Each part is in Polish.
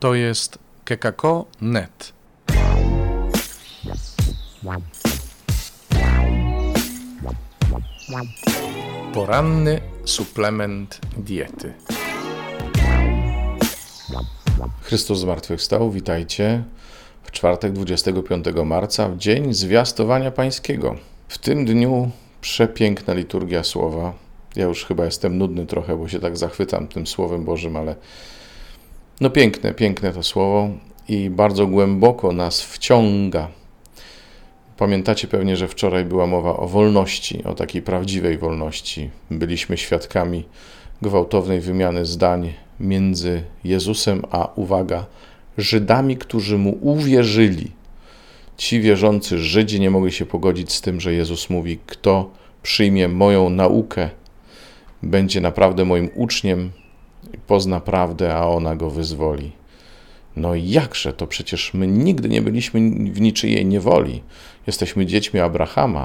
To jest kekako.net. Poranny suplement diety. Chrystus zmartwychwstał, witajcie w czwartek 25 marca, w dzień zwiastowania pańskiego. W tym dniu przepiękna liturgia słowa. Ja już chyba jestem nudny trochę, bo się tak zachwytam tym Słowem Bożym, ale piękne to słowo i bardzo głęboko nas wciąga. Pamiętacie pewnie, że wczoraj była mowa o wolności, o takiej prawdziwej wolności. Byliśmy świadkami gwałtownej wymiany zdań między Jezusem a, uwaga, Żydami, którzy Mu uwierzyli. Ci wierzący Żydzi nie mogli się pogodzić z tym, że Jezus mówi: kto przyjmie moją naukę, będzie naprawdę moim uczniem, pozna prawdę, a ona go wyzwoli. No jakże, to przecież my nigdy nie byliśmy w niczyjej niewoli. Jesteśmy dziećmi Abrahama.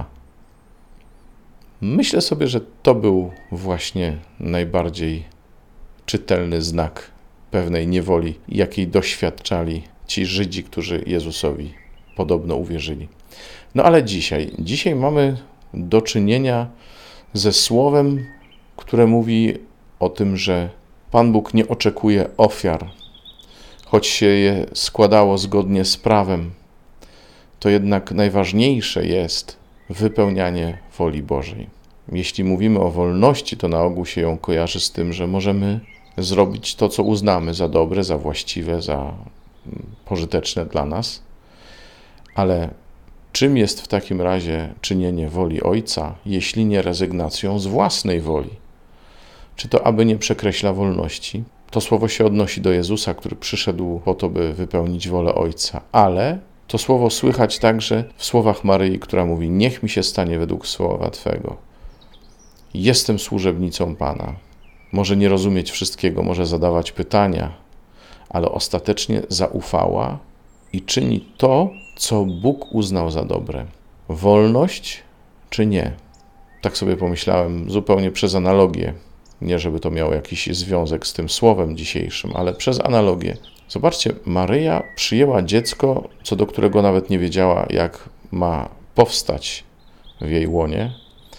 Myślę sobie, że to był właśnie najbardziej czytelny znak pewnej niewoli, jakiej doświadczali ci Żydzi, którzy Jezusowi podobno uwierzyli. No ale dzisiaj mamy do czynienia ze słowem, które mówi o tym, że Pan Bóg nie oczekuje ofiar, choć się je składało zgodnie z prawem, to jednak najważniejsze jest wypełnianie woli Bożej. Jeśli mówimy o wolności, to na ogół się ją kojarzy z tym, że możemy zrobić to, co uznamy za dobre, za właściwe, za pożyteczne dla nas. Ale czym jest w takim razie czynienie woli Ojca, jeśli nie rezygnacją z własnej woli? Czy to aby nie przekreśla wolności? To słowo się odnosi do Jezusa, który przyszedł po to, by wypełnić wolę Ojca, ale to słowo słychać także w słowach Maryi, która mówi: niech mi się stanie według słowa Twego. Jestem służebnicą Pana. Może nie rozumieć wszystkiego, może zadawać pytania, ale ostatecznie zaufała i czyni to, co Bóg uznał za dobre. Wolność czy nie? Tak sobie pomyślałem zupełnie przez analogię. Nie, żeby to miało jakiś związek z tym słowem dzisiejszym, ale przez analogię. Zobaczcie, Maryja przyjęła dziecko, co do którego nawet nie wiedziała, jak ma powstać w jej łonie.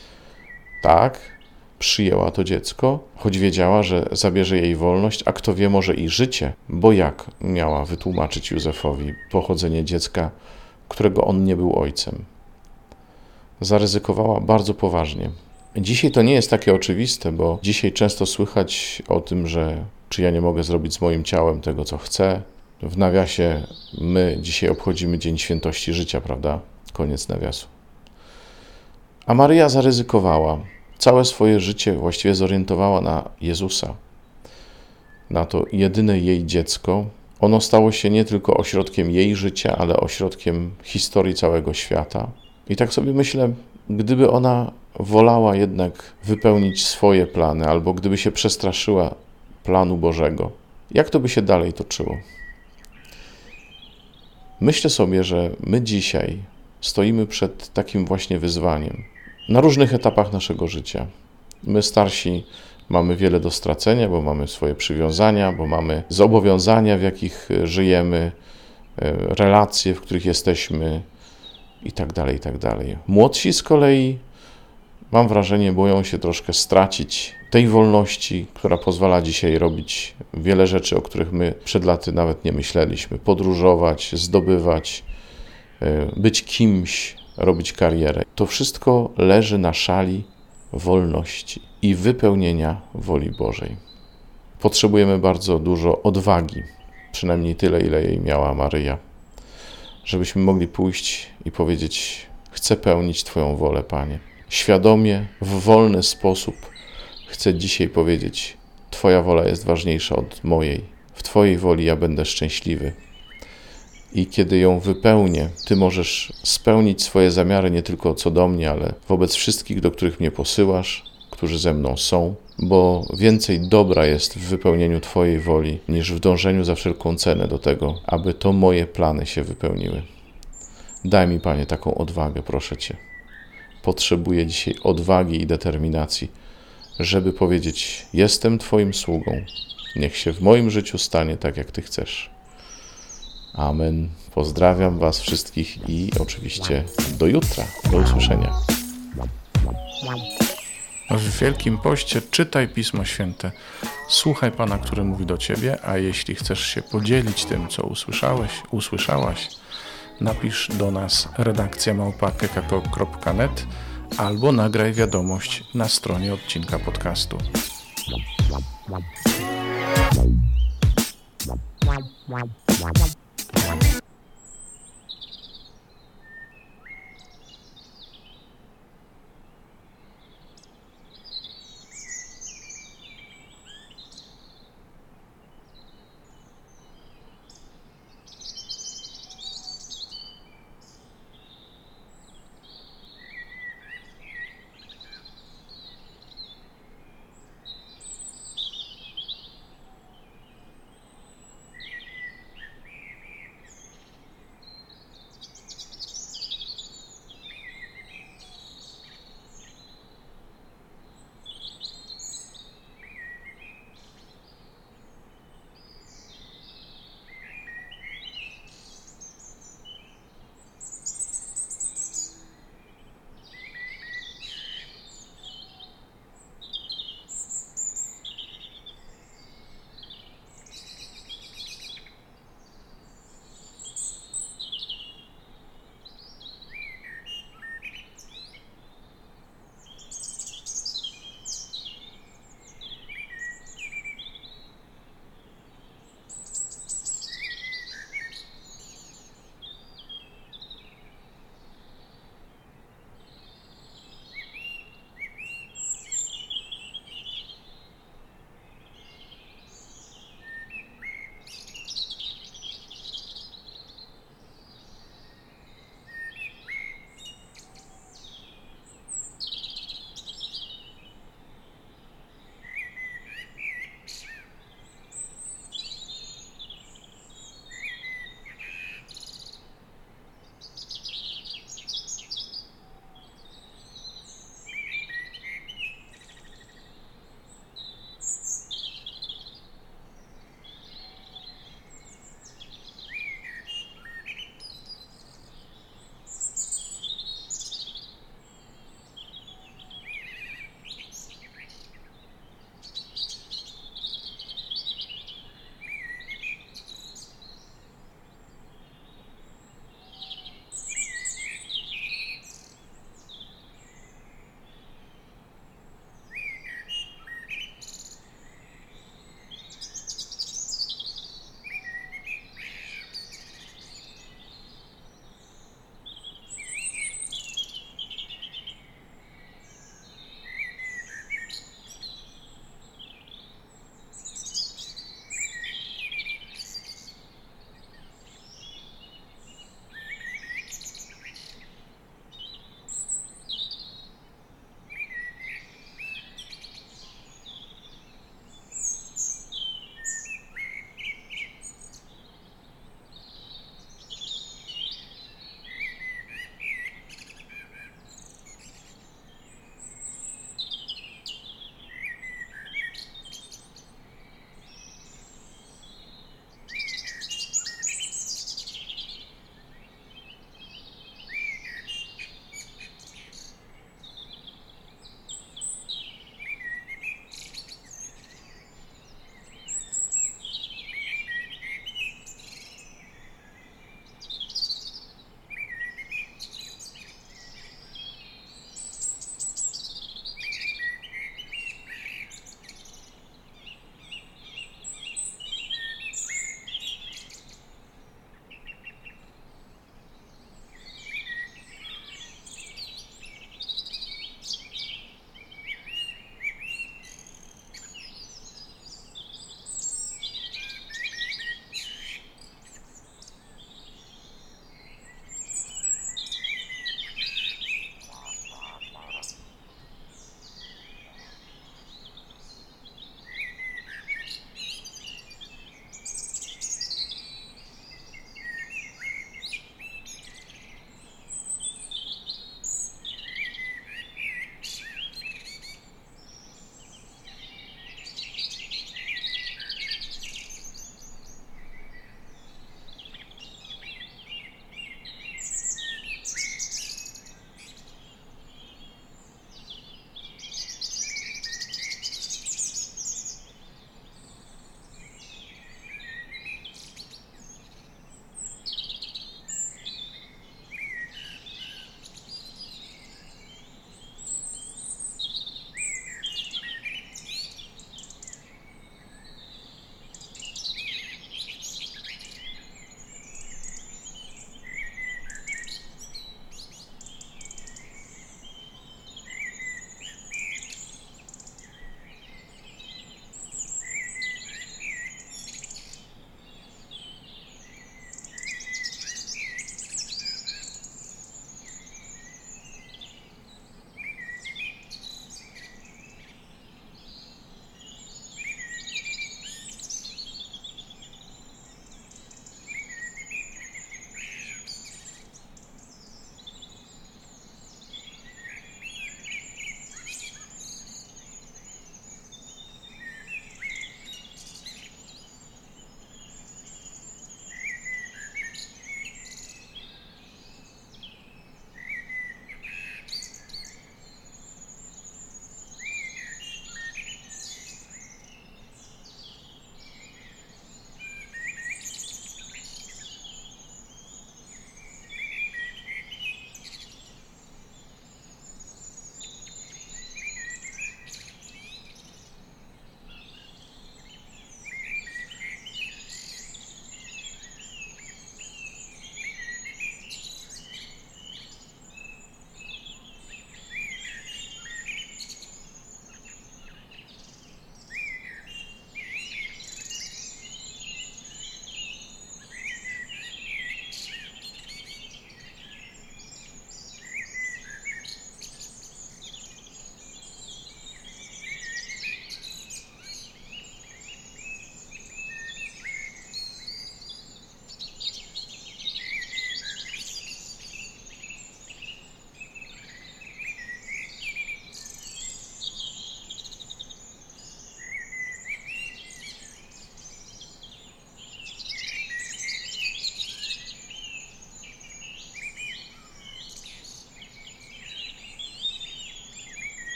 Tak, przyjęła to dziecko, choć wiedziała, że zabierze jej wolność, a kto wie, może i życie, bo jak miała wytłumaczyć Józefowi pochodzenie dziecka, którego on nie był ojcem? Zaryzykowała bardzo poważnie. Dzisiaj to nie jest takie oczywiste, bo dzisiaj często słychać o tym, że czy ja nie mogę zrobić z moim ciałem tego, co chcę. W nawiasie my dzisiaj obchodzimy Dzień Świętości Życia, prawda? Koniec nawiasu. A Maryja zaryzykowała. Całe swoje życie właściwie zorientowała na Jezusa, na to jedyne jej dziecko. Ono stało się nie tylko ośrodkiem jej życia, ale ośrodkiem historii całego świata. I tak sobie myślę, gdyby ona wolała jednak wypełnić swoje plany, albo gdyby się przestraszyła planu Bożego, jak to by się dalej toczyło? Myślę sobie, że my dzisiaj stoimy przed takim właśnie wyzwaniem na różnych etapach naszego życia. My starsi mamy wiele do stracenia, bo mamy swoje przywiązania, bo mamy zobowiązania, w jakich żyjemy, relacje, w których jesteśmy i tak dalej. Młodsi z kolei, mam wrażenie, boją się troszkę stracić tej wolności, która pozwala dzisiaj robić wiele rzeczy, o których my przed laty nawet nie myśleliśmy. Podróżować, zdobywać, być kimś, robić karierę. To wszystko leży na szali wolności i wypełnienia woli Bożej. Potrzebujemy bardzo dużo odwagi, przynajmniej tyle, ile jej miała Maryja, żebyśmy mogli pójść i powiedzieć: chcę pełnić Twoją wolę, Panie. Świadomie, w wolny sposób chcę dzisiaj powiedzieć: Twoja wola jest ważniejsza od mojej. W Twojej woli ja będę szczęśliwy. I kiedy ją wypełnię, Ty możesz spełnić swoje zamiary nie tylko co do mnie, ale wobec wszystkich, do których mnie posyłasz, którzy ze mną są, bo więcej dobra jest w wypełnieniu Twojej woli, niż w dążeniu za wszelką cenę do tego, aby to moje plany się wypełniły. Daj mi, Panie, taką odwagę, proszę Cię. Potrzebuję dzisiaj odwagi i determinacji, żeby powiedzieć: jestem Twoim sługą, niech się w moim życiu stanie tak, jak Ty chcesz. Amen. Pozdrawiam Was wszystkich i oczywiście do jutra. Do usłyszenia. W Wielkim Poście czytaj Pismo Święte. Słuchaj Pana, który mówi do Ciebie, a jeśli chcesz się podzielić tym, co usłyszałaś, napisz do nas redakcja@kekako.net albo nagraj wiadomość na stronie odcinka podcastu.